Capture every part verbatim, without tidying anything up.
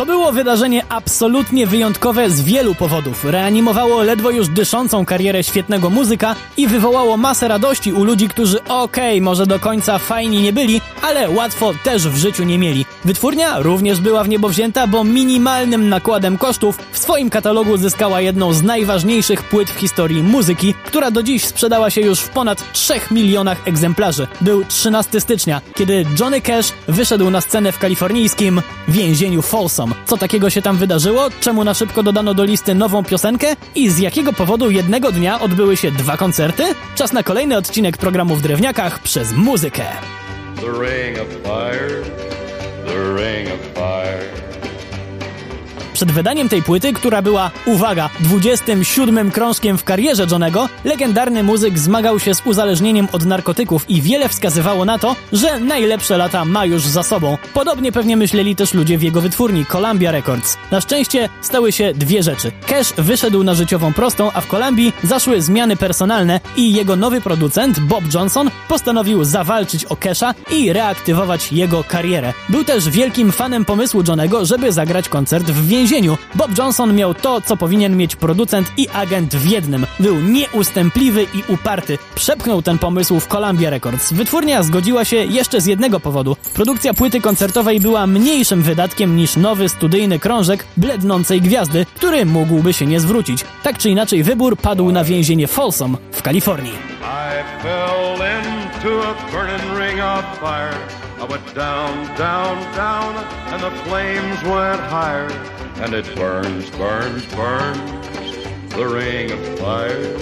To było wydarzenie absolutnie wyjątkowe z wielu powodów. Reanimowało ledwo już dyszącą karierę świetnego muzyka i wywołało masę radości u ludzi, którzy okej, okay, może do końca fajni nie byli, ale łatwo też w życiu nie mieli. Wytwórnia również była w niebo wzięta, bo minimalnym nakładem kosztów w swoim katalogu zyskała jedną z najważniejszych płyt w historii muzyki, która do dziś sprzedała się już w ponad trzech milionach egzemplarzy. Był trzynastego stycznia, kiedy Johnny Cash wyszedł na scenę w kalifornijskim więzieniu Folsom. Co takiego się tam wydarzyło? Czemu na szybko dodano do listy nową piosenkę? I z jakiego powodu jednego dnia odbyły się dwa koncerty? Czas na kolejny odcinek programu w Drewniakach przez muzykę. The ring of fire, the ring of fire. Przed wydaniem tej płyty, która była, uwaga, dwudziestym siódmym krążkiem w karierze Johnego, legendarny muzyk zmagał się z uzależnieniem od narkotyków i wiele wskazywało na to, że najlepsze lata ma już za sobą. Podobnie pewnie myśleli też ludzie w jego wytwórni Columbia Records. Na szczęście stały się dwie rzeczy. Cash wyszedł na życiową prostą, a w Columbii zaszły zmiany personalne i jego nowy producent, Bob Johnson, postanowił zawalczyć o Casha i reaktywować jego karierę. Był też wielkim fanem pomysłu Johnego, żeby zagrać koncert w więzieniu. Bob Johnson miał to, co powinien mieć producent i agent w jednym. Był nieustępliwy i uparty. Przepchnął ten pomysł w Columbia Records. Wytwórnia zgodziła się jeszcze z jednego powodu. Produkcja płyty koncertowej była mniejszym wydatkiem niż nowy studyjny krążek blednącej gwiazdy, który mógłby się nie zwrócić. Tak czy inaczej wybór padł na więzienie Folsom w Kalifornii. I fell into a burning ring of fire. I went down, down, down, and the flames went higher. And it burns, burns, burns, the ring of fire,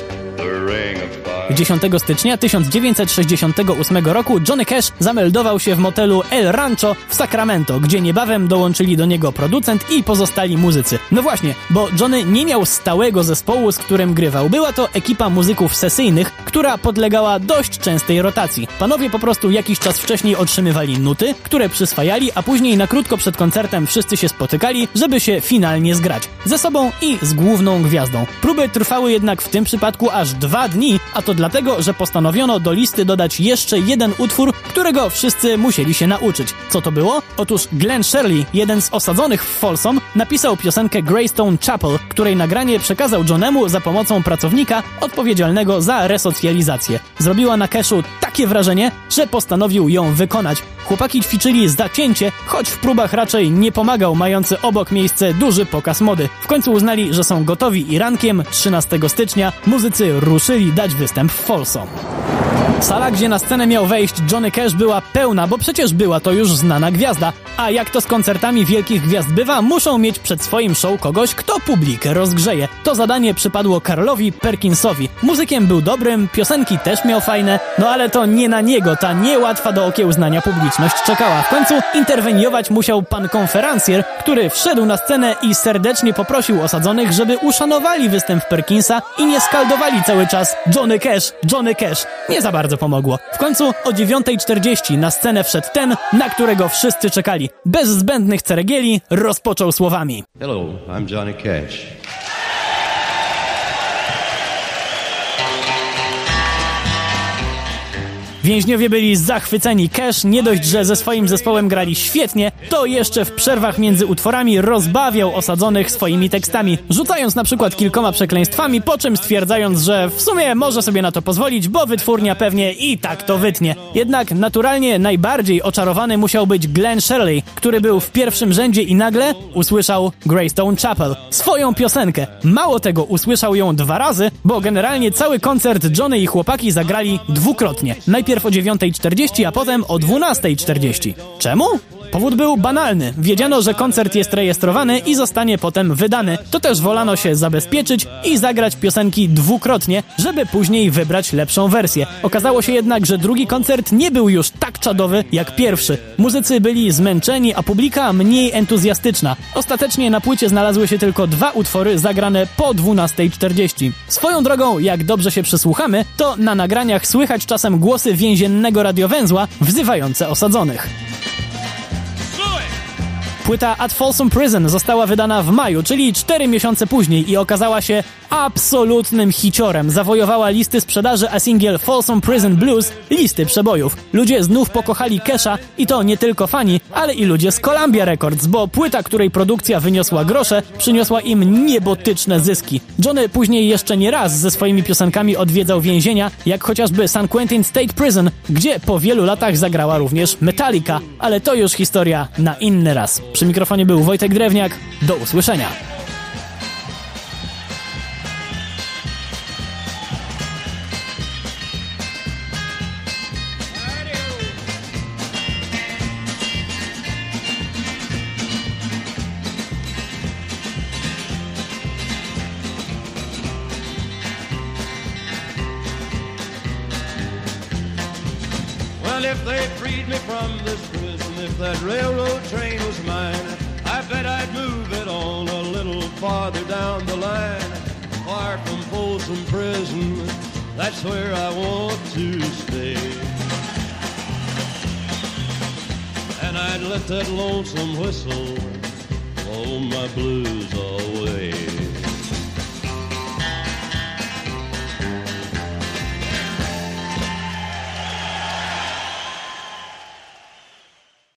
the ring of fire. dziesiątego stycznia tysiąc dziewięćset sześćdziesiątego ósmego roku Johnny Cash zameldował się w motelu El Rancho w Sacramento, gdzie niebawem dołączyli do niego producent i pozostali muzycy. No właśnie, bo Johnny nie miał stałego zespołu, z którym grywał. Była to ekipa muzyków sesyjnych, która podlegała dość częstej rotacji. Panowie po prostu jakiś czas wcześniej otrzymywali nuty, które przyswajali, a później na krótko przed koncertem wszyscy się spotykali, żeby się finalnie zgrać. Ze sobą i z główną gwiazdą. Próby trwały jednak w tym przypadku aż dwa dni, a to dlatego, że postanowiono do listy dodać jeszcze jeden utwór, którego wszyscy musieli się nauczyć. Co to było? Otóż Glenn Shirley, jeden z osadzonych w Folsom, napisał piosenkę Greystone Chapel, której nagranie przekazał Johnemu za pomocą pracownika odpowiedzialnego za resocjalizację. Zrobiła na Cashu takie wrażenie, że postanowił ją wykonać. Chłopaki ćwiczyli zacięcie, choć w próbach raczej nie pomagał mający obok miejsce duży pokaz mody. W końcu uznali, że są gotowi i rankiem trzynastego stycznia muzycy ruszyli dać występ w Folsom. Sala, gdzie na scenę miał wejść Johnny Cash, była pełna, bo przecież była to już znana gwiazda. A jak to z koncertami wielkich gwiazd bywa, muszą mieć przed swoim show kogoś, kto publikę rozgrzeje. To zadanie przypadło Carlowi Perkinsowi. Muzykiem był dobrym, piosenki też miał fajne, no ale to nie na niego ta niełatwa do okiełznania publiczność czekała. W końcu interweniować musiał pan konferencjer, który wszedł na scenę i serdecznie poprosił osadzonych, żeby uszanowali występ Perkinsa i nie skaldowali cały czas Johnny Cash, Johnny Cash. Nie za bardzo pomogło. W końcu o dziewiąta czterdzieści na scenę wszedł ten, na którego wszyscy czekali. Bez zbędnych ceregieli rozpoczął słowami: Hello, I'm Johnny Cash. Więźniowie byli zachwyceni. Cash nie dość, że ze swoim zespołem grali świetnie, to jeszcze w przerwach między utworami rozbawiał osadzonych swoimi tekstami, rzucając na przykład kilkoma przekleństwami, po czym stwierdzając, że w sumie może sobie na to pozwolić, bo wytwórnia pewnie i tak to wytnie. Jednak naturalnie najbardziej oczarowany musiał być Glenn Shirley, który był w pierwszym rzędzie i nagle usłyszał Greystone Chapel, swoją piosenkę. Mało tego, usłyszał ją dwa razy, bo generalnie cały koncert Johnny i chłopaki zagrali dwukrotnie. Najpierw o dziewiąta czterdzieści, a potem o dwunasta czterdzieści. Czemu? Powód był banalny. Wiedziano, że koncert jest rejestrowany i zostanie potem wydany. To też wolano się zabezpieczyć i zagrać piosenki dwukrotnie, żeby później wybrać lepszą wersję. Okazało się jednak, że drugi koncert nie był już tak czadowy jak pierwszy. Muzycy byli zmęczeni, a publika mniej entuzjastyczna. Ostatecznie na płycie znalazły się tylko dwa utwory zagrane po dwunasta czterdzieści. Swoją drogą, jak dobrze się przysłuchamy, to na nagraniach słychać czasem głosy więziennego radiowęzła wzywające osadzonych. Płyta At Folsom Prison została wydana w maju, czyli cztery miesiące później i okazała się absolutnym hiciorem. Zawojowała listy sprzedaży, a singiel Folsom Prison Blues listy przebojów. Ludzie znów pokochali Casha i to nie tylko fani, ale i ludzie z Columbia Records, bo płyta, której produkcja wyniosła grosze, przyniosła im niebotyczne zyski. Johnny później jeszcze nie raz ze swoimi piosenkami odwiedzał więzienia, jak chociażby San Quentin State Prison, gdzie po wielu latach zagrała również Metallica, ale to już historia na inny raz. Przy mikrofonie był Wojtek Drewniak. Do usłyszenia. Well, if they freed me from this prison, if that railroad train was mine, I bet I'd move it on a little farther down the line. Far from Folsom Prison, that's where I want to stay. And I'd let that lonesome whistle blow my blues all